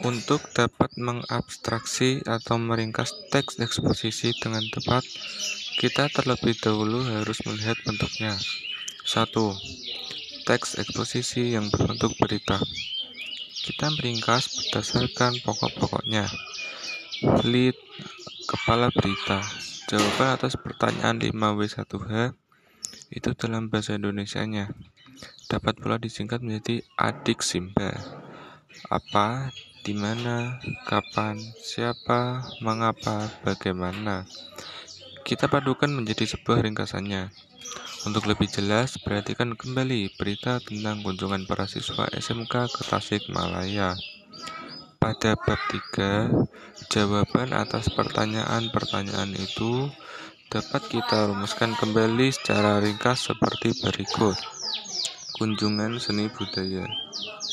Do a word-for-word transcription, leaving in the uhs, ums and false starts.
Untuk dapat mengabstraksi atau meringkas teks eksposisi dengan tepat, kita terlebih dahulu harus melihat bentuknya. satu. Teks eksposisi yang berbentuk berita. Kita meringkas berdasarkan pokok-pokoknya. Lead, kepala berita. Jawaban atas pertanyaan lima W satu H itu dalam bahasa Indonesianya. Dapat pula disingkat menjadi adik Simba. Apa, di mana, kapan, siapa, mengapa, bagaimana. Kita padukan menjadi sebuah ringkasannya. Untuk lebih jelas, perhatikan kembali berita tentang kunjungan para siswa S M K ke Tasikmalaya. Pada bab tiga, jawaban atas pertanyaan-pertanyaan itu dapat kita rumuskan kembali secara ringkas seperti berikut. Kunjungan seni budaya.